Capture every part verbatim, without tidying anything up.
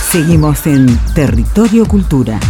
Seguimos en Territorio Cultura.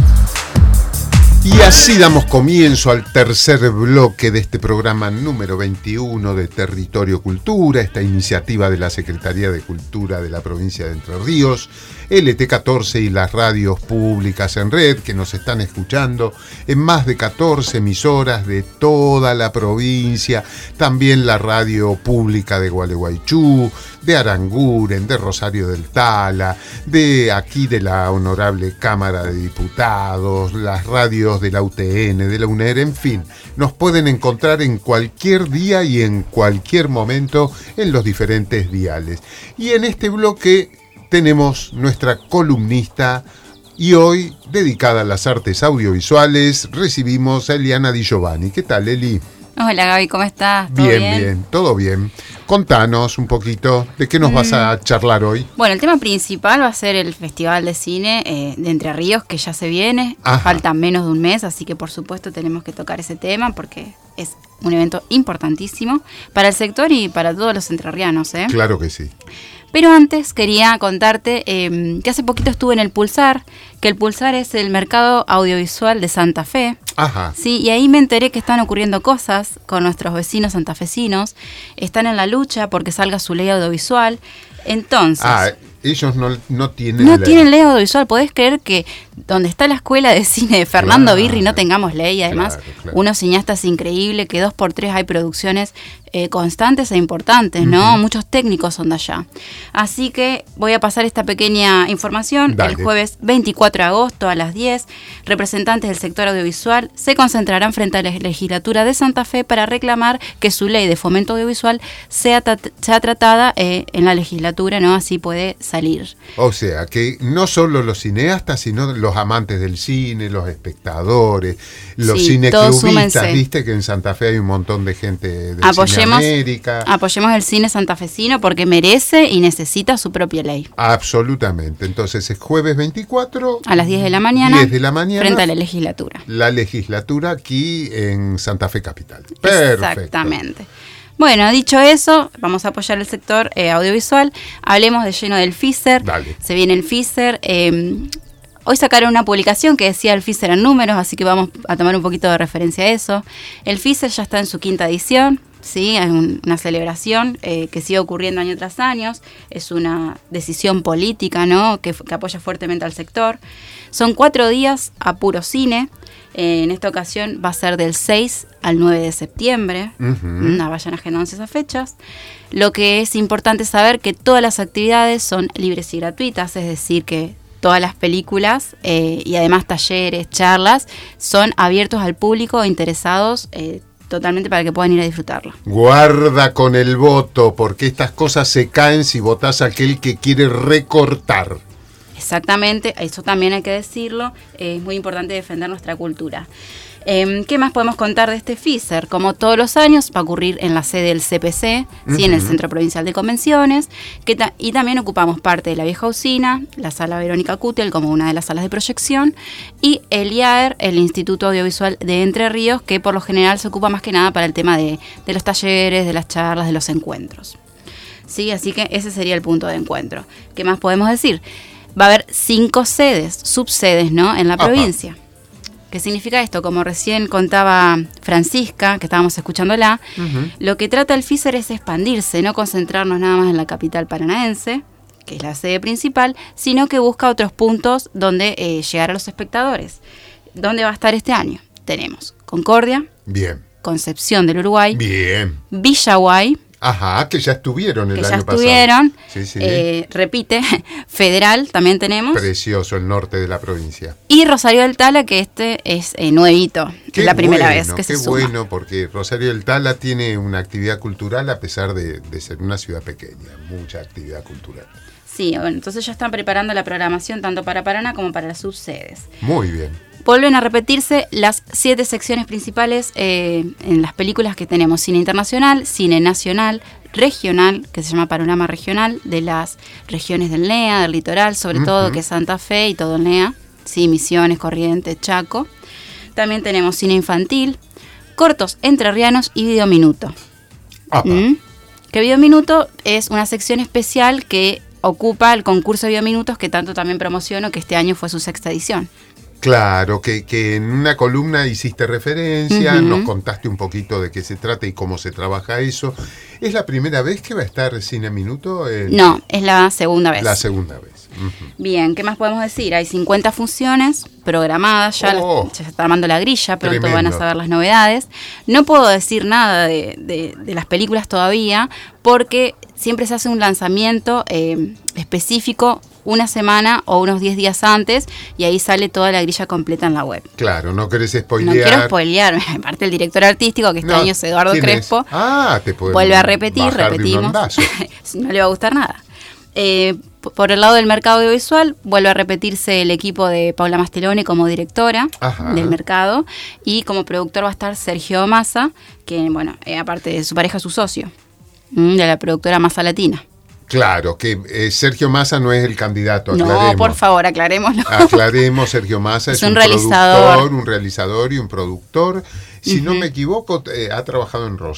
Y así damos comienzo al tercer bloque de este programa número veintiuno de Territorio Cultura, esta iniciativa de la Secretaría de Cultura de la provincia de Entre Ríos, L T catorce y las radios públicas en red que nos están escuchando en más de catorce emisoras de toda la provincia, también la radio pública de Gualeguaychú, de Aranguren, de Rosario del Tala, de aquí de la Honorable Cámara de Diputados, las radios de la U T N, de la UNER, en fin, nos pueden encontrar en cualquier día y en cualquier momento en los diferentes diales. Y en este bloque tenemos nuestra columnista y hoy, dedicada a las artes audiovisuales, recibimos a Eliana Di Giovanni. ¿Qué tal, Eli? Hola, Gaby, ¿cómo estás? ¿Todo bien, bien, bien, todo bien. Contanos un poquito de qué nos mm. vas a charlar hoy. Bueno, el tema principal va a ser el Festival de Cine eh, de Entre Ríos, que ya se viene. Ajá. Falta menos de un mes, así que por supuesto tenemos que tocar ese tema porque es un evento importantísimo para el sector y para todos los entrerrianos, ¿eh? Claro que sí. Pero antes quería contarte eh, que hace poquito estuve en el Pulsar, que el Pulsar es el mercado audiovisual de Santa Fe. Ajá. Sí, y ahí me enteré que están ocurriendo cosas con nuestros vecinos santafesinos. Están en la lucha porque salga su ley audiovisual. Entonces... Ah, ellos no, no tienen No ley. tienen ley audiovisual. ¿Podés creer que donde está la escuela de cine de Fernando Claro. Birri no tengamos ley? Además, Claro, claro. unos cineastas increíbles, que dos por tres hay producciones eh, constantes e importantes, ¿no? Uh-huh. Muchos técnicos son de allá. Así que voy a pasar esta pequeña información. Dale. El jueves veinticuatro de agosto a las diez, representantes del sector audiovisual se concentrarán frente a la legislatura de Santa Fe para reclamar que su ley de fomento audiovisual sea, tat- sea tratada eh, en la legislatura, ¿no? Así puede salir. O sea, que no solo los cineastas, sino los amantes del cine, los espectadores, los Sí, cineclubistas, súmense. viste que en Santa Fe hay un montón de gente de Apoyemos, Cineamérica. apoyemos el cine santafesino porque merece y necesita su propia ley. Absolutamente. Entonces es jueves veinticuatro A las diez de la mañana, diez de la mañana, frente a la legislatura. La legislatura aquí en Santa Fe Capital. Perfecto. Exactamente. Bueno, dicho eso, vamos a apoyar el sector eh, audiovisual. Hablemos de lleno del FISER. Dale. Se viene el FISER. Eh, hoy sacaron una publicación que decía el FISER en números, así que vamos a tomar un poquito de referencia a eso. El FISER ya está en su quinta edición. Sí, es un, una celebración eh, que sigue ocurriendo año tras año. Es una decisión política, ¿no? que, que apoya fuertemente al sector. Son cuatro días a puro cine. Eh, en esta ocasión va a ser del seis al nueve de septiembre. Uh-huh. No vayan agendándose esas fechas. Lo que es importante saber que todas las actividades son libres y gratuitas, es decir que todas las películas eh, y además talleres, charlas, son abiertos al público interesados eh, totalmente para que puedan ir a disfrutarlo. Guarda con el voto, porque estas cosas se caen si votás a aquel que quiere recortar. Exactamente, eso también hay que decirlo, eh, es muy importante defender nuestra cultura. Eh, ¿Qué más podemos contar de este FISER? Como todos los años, va a ocurrir en la sede del C P C, uh-huh. ¿sí? En el Centro Provincial de Convenciones, que ta- y también ocupamos parte de la vieja usina, la sala Verónica Cutiel como una de las salas de proyección, y el I A E R, el Instituto Audiovisual de Entre Ríos, que por lo general se ocupa más que nada para el tema de, de los talleres, de las charlas, de los encuentros. ¿Sí? Así que ese sería el punto de encuentro. ¿Qué más podemos decir? Va a haber cinco sedes, subsedes, ¿no? En la Ajá. provincia. ¿Qué significa esto? Como recién contaba Francisca, que estábamos escuchándola, uh-huh. Lo que trata el FISER es expandirse, no concentrarnos nada más en la capital paranaense, que es la sede principal, sino que busca otros puntos donde eh, llegar a los espectadores. ¿Dónde va a estar este año? Tenemos Concordia, Bien. Concepción del Uruguay, Bien. Villaguay, Ajá, que ya estuvieron el que año ya estuvieron, pasado. Sí, sí. Eh, repite, Federal también tenemos. Precioso el norte de la provincia. Y Rosario del Tala, que este es eh, nuevito, Qué es la primera bueno, vez que qué se suma. bueno, porque Rosario del Tala tiene una actividad cultural a pesar de, de ser una ciudad pequeña, mucha actividad cultural. Sí, bueno, entonces ya están preparando la programación tanto para Paraná como para las subsedes. Muy bien. Vuelven a repetirse las siete secciones principales eh, en las películas que tenemos: cine internacional, cine nacional, regional, que se llama Panorama Regional, de las regiones del N E A, del litoral, sobre uh-huh. todo, que es Santa Fe y todo el N E A, sí, Misiones, Corrientes, Chaco. También tenemos cine infantil, cortos entrerrianos y videominuto. ¿Mm? Que videominuto es una sección especial que ocupa el concurso de Biominutos que tanto también promociono, que este año fue su sexta edición. Claro, que, que en una columna hiciste referencia, Uh-huh. nos contaste un poquito de qué se trata y cómo se trabaja eso. ¿Es la primera vez que va a estar Cine Minuto? En... No, es la segunda vez. La segunda vez. Uh-huh. Bien, ¿qué más podemos decir? Hay cincuenta funciones programadas, ya, Oh, las- ya se está armando la grilla, pronto tremendo. van a saber las novedades. No puedo decir nada de, de- de las películas todavía, porque siempre se hace un lanzamiento eh, específico una semana o unos diez días antes, y ahí sale toda la grilla completa en la web. Claro, no querés spoilear. No quiero spoilear, aparte el director artístico, que este No, año es Eduardo ¿quién Crespo, es? Ah, te podemos vuelve a repetir, bajar de un repetimos. ondazo. No le va a gustar nada. Eh, p- por el lado del mercado audiovisual, vuelve a repetirse el equipo de Paula Mastelone como directora Ajá. del mercado, y como productor va a estar Sergio Massa, que, bueno, eh, aparte de su pareja, su socio, mm, de la productora Massa Latina. Claro, que eh, Sergio Massa no es el candidato, aclaremos. No, por favor, aclarémoslo. Aclaremos, Sergio Massa es, Es un un, realizador. productor, un realizador y un productor. Si no Ujú. me equivoco, eh, ha trabajado en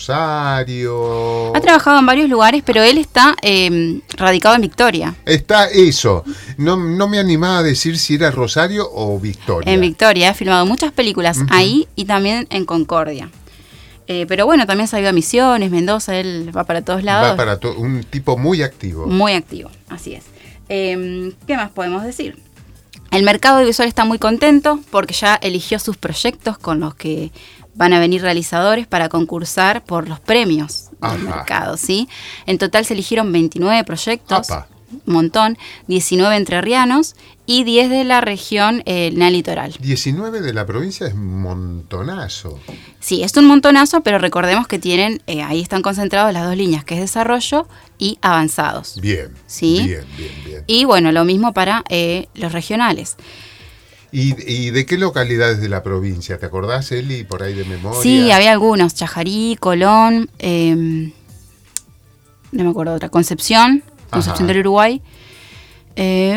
Rosario. Ha trabajado en varios lugares, pero él está eh, radicado en Victoria. Está eso. No, no me animaba a decir si era Rosario o Victoria. En Victoria, ha filmado muchas películas Ujú. ahí y también en Concordia. Eh, pero bueno, también se ha ido a Misiones, Mendoza, él va para todos lados. Va para to- un tipo muy activo. Muy activo, así es. Eh, ¿Qué más podemos decir? El mercado audiovisual está muy contento porque ya eligió sus proyectos con los que van a venir realizadores para concursar por los premios del Ajá. mercado, ¿sí? En total se eligieron veintinueve proyectos, Apa. un montón, diecinueve entrerrianos y diez de la región eh, N A Litoral. diecinueve de la provincia es un montonazo. Sí, es un montonazo, pero recordemos que tienen, eh, ahí están concentrados las dos líneas, que es desarrollo y avanzados. Bien. Sí. Bien, bien, bien. Y bueno, lo mismo para eh, los regionales. ¿Y, ¿Y de qué localidades de la provincia? ¿Te acordás, Eli, por ahí de memoria? Sí, había algunos, Chajarí, Colón, eh, no me acuerdo otra, Concepción, Concepción Ajá. del Uruguay. Eh,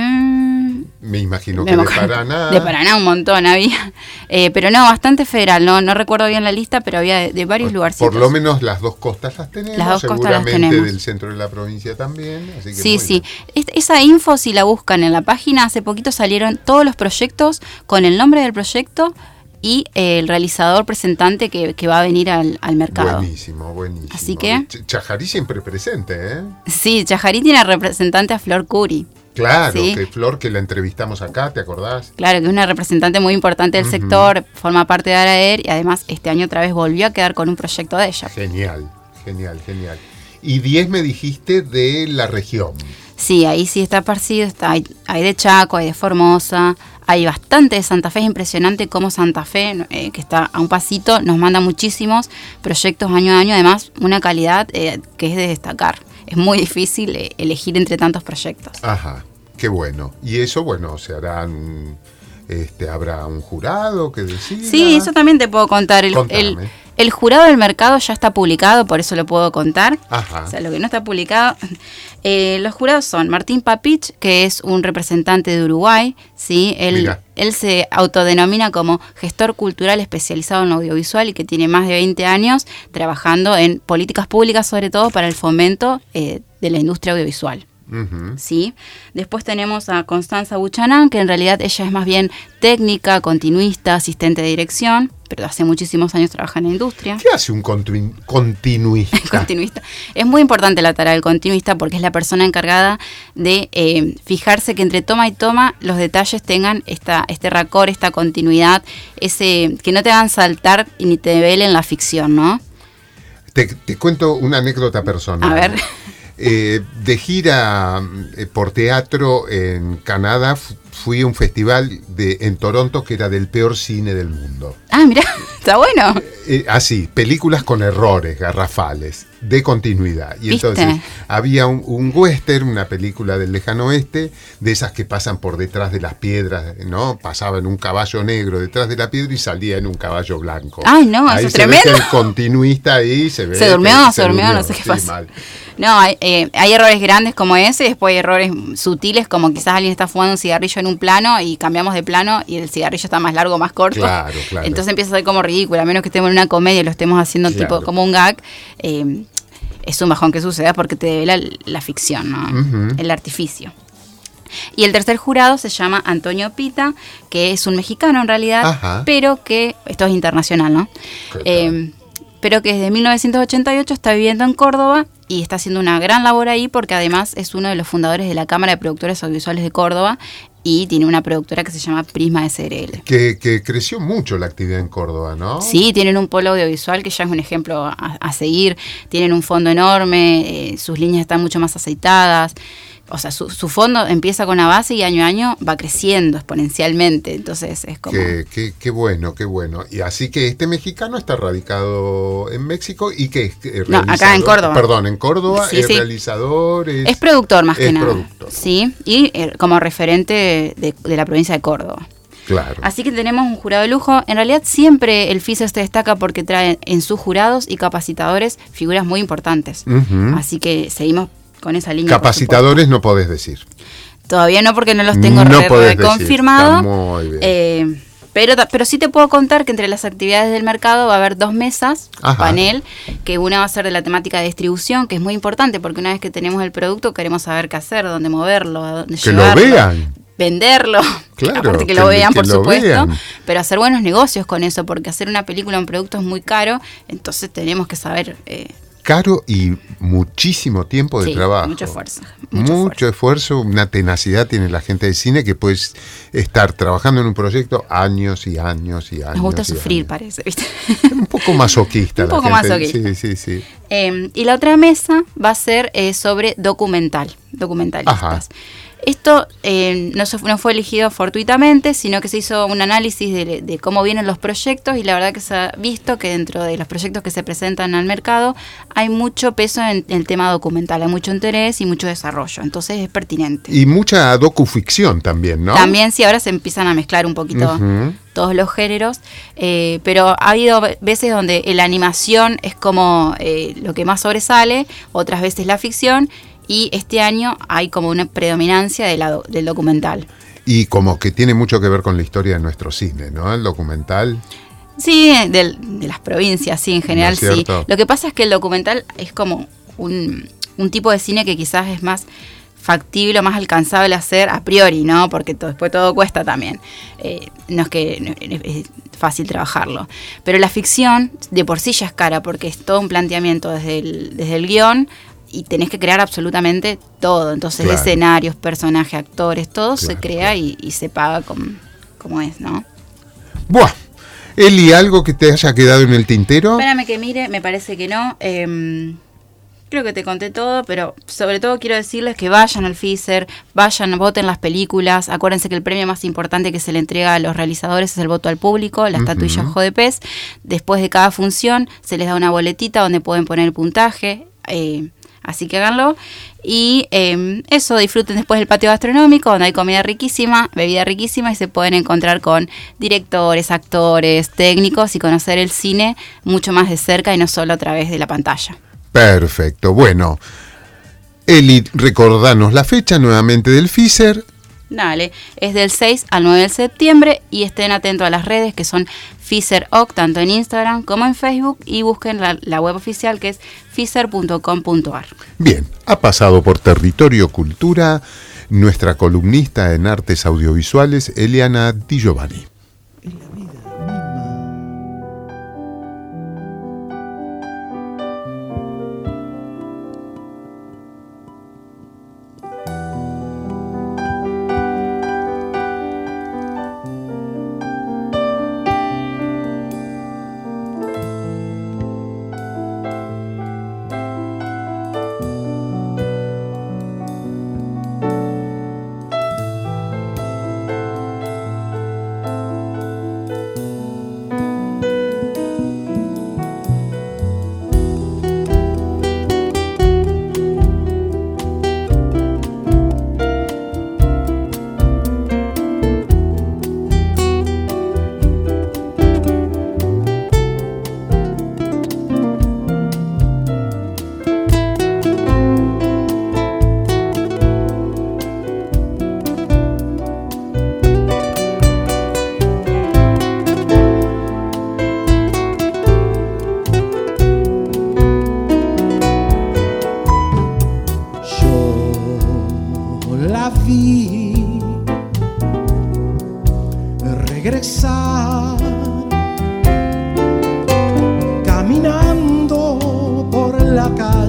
Me imagino que no me de acuerdo. Paraná. De Paraná un montón había. Eh, pero no, bastante federal, no, no recuerdo bien la lista, pero había de, de varios lugarcitos. Por lo menos las dos costas las tenemos. Las dos costas las seguramente tenemos. del centro de la provincia también. Así que Sí, muy sí. bien. Es- esa info, si la buscan en la página, hace poquito salieron todos los proyectos con el nombre del proyecto y eh, el realizador presentante que, que va a venir al, al mercado. Buenísimo, buenísimo. Así que- Ch- Chajarí siempre presente, ¿eh? Sí, Chajarí tiene representante a Flor Curi. Claro, Sí. que Flor, que la entrevistamos acá, ¿te acordás? Claro, que es una representante muy importante del Ujú. sector, forma parte de Araer y además este año otra vez volvió a quedar con un proyecto de ella. Genial, genial, genial. Y diez me dijiste de la región. Sí, ahí sí está esparcido, está, hay, hay de Chaco, hay de Formosa, hay bastante de Santa Fe, es impresionante cómo Santa Fe, eh, que está a un pasito, nos manda muchísimos proyectos año a año, además una calidad eh, que es de destacar. Es muy difícil eh, elegir entre tantos proyectos. Ajá, qué bueno. Y eso, bueno, se harán, este, habrá un jurado que decida. Sí, eso también te puedo contar. El, Contame. el, el jurado del mercado ya está publicado, por eso lo puedo contar. Ajá. O sea, lo que no está publicado. Eh, los jurados son Martín Papich, que es un representante de Uruguay, ¿sí? Él, Mirá. él se autodenomina como gestor cultural especializado en audiovisual y que tiene más de veinte años trabajando en políticas públicas, sobre todo para el fomento eh, de la industria audiovisual. Ujú. ¿Sí? Después tenemos a Constanza Buchanán, que en realidad ella es más bien técnica, continuista, asistente de dirección, pero hace muchísimos años trabaja en la industria. ¿Qué hace un continu- continuista? Continuista. Es muy importante la tarea del continuista porque es la persona encargada de eh, fijarse que entre toma y toma los detalles tengan esta, este racor, esta continuidad, ese que no te hagan saltar y ni te velen la ficción, ¿no? Te, te cuento una anécdota personal. A ver. Eh, de gira eh, por teatro en Canadá, fu- fui a un festival de, en Toronto que era del peor cine del mundo. Ah, mira, está bueno. Eh, así, películas con errores garrafales, de continuidad. Y ¿Viste? entonces había un, un western, una película del lejano oeste, de esas que pasan por detrás de las piedras, ¿no? Pasaba en un caballo negro detrás de la piedra y salía en un caballo blanco. Ay, no, ahí eso es se ve tremendo. que el continuista ahí se ve. Se durmió, que se durmió, no sé qué sí, pasa. mal. No, hay, eh, hay errores grandes como ese, después hay errores sutiles como quizás alguien está fumando un cigarrillo en un plano y cambiamos de plano y el cigarrillo está más largo o más corto. Claro, claro. Entonces empieza a ser como ridículo, a menos que estemos en una comedia y lo estemos haciendo Claro. tipo como un gag. Eh, es un bajón que suceda porque te devela la ficción, ¿no? Uh-huh. El artificio. Y el tercer jurado se llama Antonio Pita, que es un mexicano en realidad, Ajá. pero que, esto es internacional, ¿no? Eh, pero que desde mil novecientos ochenta y ocho está viviendo en Córdoba y está haciendo una gran labor ahí porque además es uno de los fundadores de la Cámara de Productores Audiovisuales de Córdoba y tiene una productora que se llama Prisma S R L. Que, que creció mucho la actividad en Córdoba, ¿no? Sí, tienen un polo audiovisual que ya es un ejemplo a, a seguir, tienen un fondo enorme, eh, sus líneas están mucho más aceitadas. O sea, su, su fondo empieza con una base y año a año va creciendo exponencialmente. Entonces es como... Qué, qué, qué bueno, qué bueno. Y así que este mexicano está radicado en México y que es No, acá en Córdoba. Perdón, en Córdoba, sí, es sí. realizador. Es, es productor más es que nada. Productor. Sí, y eh, como referente de, de la provincia de Córdoba. Claro. Así que tenemos un jurado de lujo. En realidad siempre el FISER se destaca porque trae en sus jurados y capacitadores figuras muy importantes. Uh-huh. Así que seguimos con esa línea. Capacitadores no podés decir. Todavía no, porque no los tengo no re, re confirmado. Muy bien. Eh, pero, pero sí te puedo contar que entre las actividades del mercado va a haber dos mesas, Ajá. panel, que una va a ser de la temática de distribución, que es muy importante porque una vez que tenemos el producto queremos saber qué hacer, dónde moverlo, a dónde que llevarlo. Que lo vean. Venderlo, claro, aparte que, que lo vean, que por lo supuesto, vean. Pero hacer buenos negocios con eso, porque hacer una película, un producto es muy caro, entonces tenemos que saber... Eh, Caro y muchísimo tiempo de sí, trabajo. mucho esfuerzo. Mucho, mucho esfuerzo. esfuerzo, una tenacidad tiene la gente de cine que puedes estar trabajando en un proyecto años y años y años. Nos gusta y sufrir, años. parece, ¿viste? Un poco masoquista. un la poco gente. masoquista. Sí, sí, sí. Eh, y la otra mesa va a ser eh, sobre documental, documentalistas. Ajá. Esto eh, no, se, no fue elegido fortuitamente, sino que se hizo un análisis de, de cómo vienen los proyectos y la verdad que se ha visto que dentro de los proyectos que se presentan al mercado hay mucho peso en, en el tema documental, hay mucho interés y mucho desarrollo, entonces es pertinente. Y mucha docuficción también, ¿no? También sí, ahora se empiezan a mezclar un poquito uh-huh. todos los géneros, eh, pero ha habido veces donde la animación es como eh, lo que más sobresale, otras veces la ficción. Y este año hay como una predominancia de la, del documental. Y como que tiene mucho que ver con la historia de nuestro cine, ¿no? El documental. Sí, de, de las provincias, sí, en general ¿No sí. Lo que pasa es que el documental es como un, un tipo de cine que quizás es más factible o más alcanzable hacer a priori, ¿no? Porque todo, después todo cuesta también. Eh, no es que no, es fácil trabajarlo. Pero la ficción de por sí ya es cara porque es todo un planteamiento desde el, desde el guión y tenés que crear absolutamente todo. Entonces, claro. escenarios, personajes, actores, todo claro, se crea claro. y, y se paga como, como es, ¿no? Buah. Eli, ¿algo que te haya quedado en el tintero? Espérame que mire, me parece que no. Eh, creo que te conté todo, pero sobre todo quiero decirles que vayan al FISER, vayan, voten las películas. Acuérdense que el premio más importante que se le entrega a los realizadores es el voto al público, la uh-huh. estatuilla Ojo de Pez. Después de cada función se les da una boletita donde pueden poner el puntaje. Eh, Así que háganlo. Y eh, eso, disfruten después del patio gastronómico, donde hay comida riquísima, bebida riquísima, y se pueden encontrar con directores, actores, técnicos y conocer el cine mucho más de cerca y no solo a través de la pantalla. Perfecto. Bueno, Eli, recordanos la fecha nuevamente del FISER. Dale, es del seis al nueve de septiembre y estén atentos a las redes que son FISEROC, tanto en Instagram como en Facebook, y busquen la, la web oficial que es fiser punto com punto ar. Bien, ha pasado por Territorio Cultura nuestra columnista en artes audiovisuales, Eliana Di Giovanni.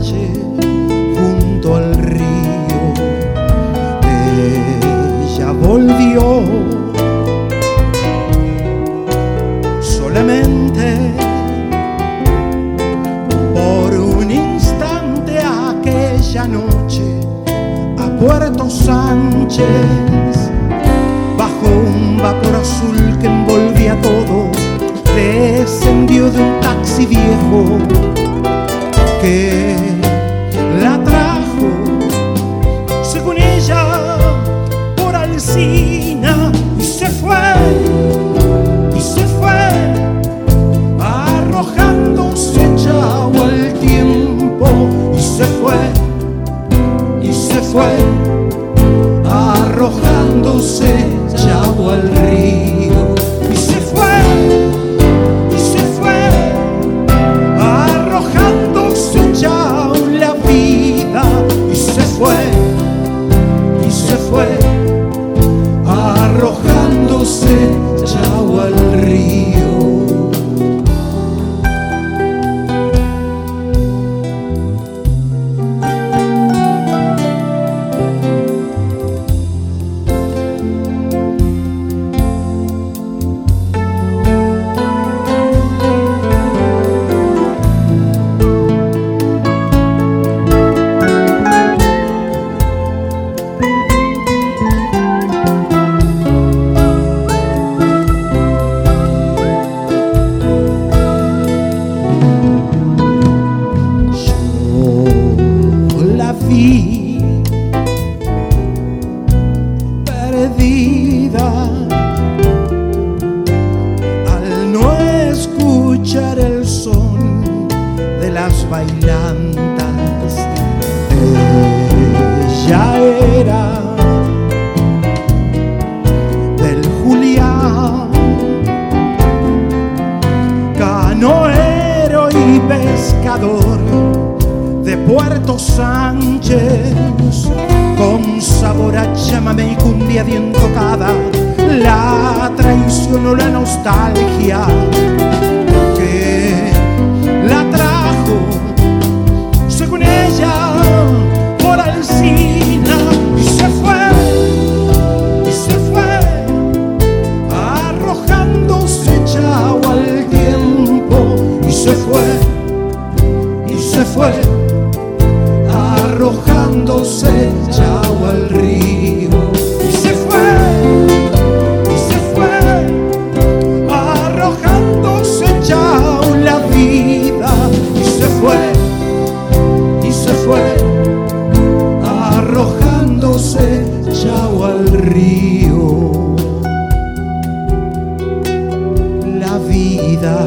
calle junto al río. Ella volvió solamente por un instante aquella noche a Puerto Sánchez, bajo un vapor azul que envolvía todo. Descendió de un taxi viejo que la trajo, según ella, por Alsina, y se fue, y se fue, arrojándose chao al tiempo, y se fue, y se fue, arrojándose chao al río, y se fue. Chao la vida, y se fue, y se fue, arrojándose chao al río. De Puerto Sánchez, con sabor a chamamé y cumbia bien tocada, la traición o la nostalgia que la trajo, según ella, por Alsina, y se fue, y se fue, arrojándose chao al tiempo, y se fue, se fue, arrojándose chao al río, y se fue, y se fue, arrojándose chao la vida, y se fue, y se fue, arrojándose chao al río, la vida.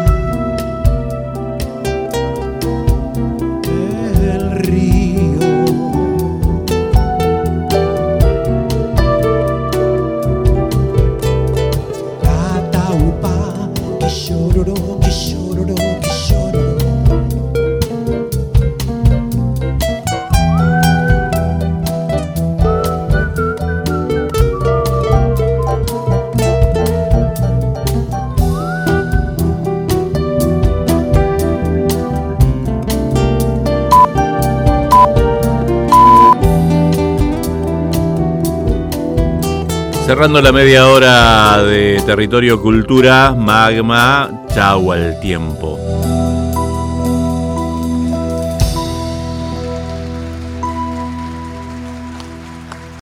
Cerrando la media hora de Territorio Cultura, Magma, chau al tiempo.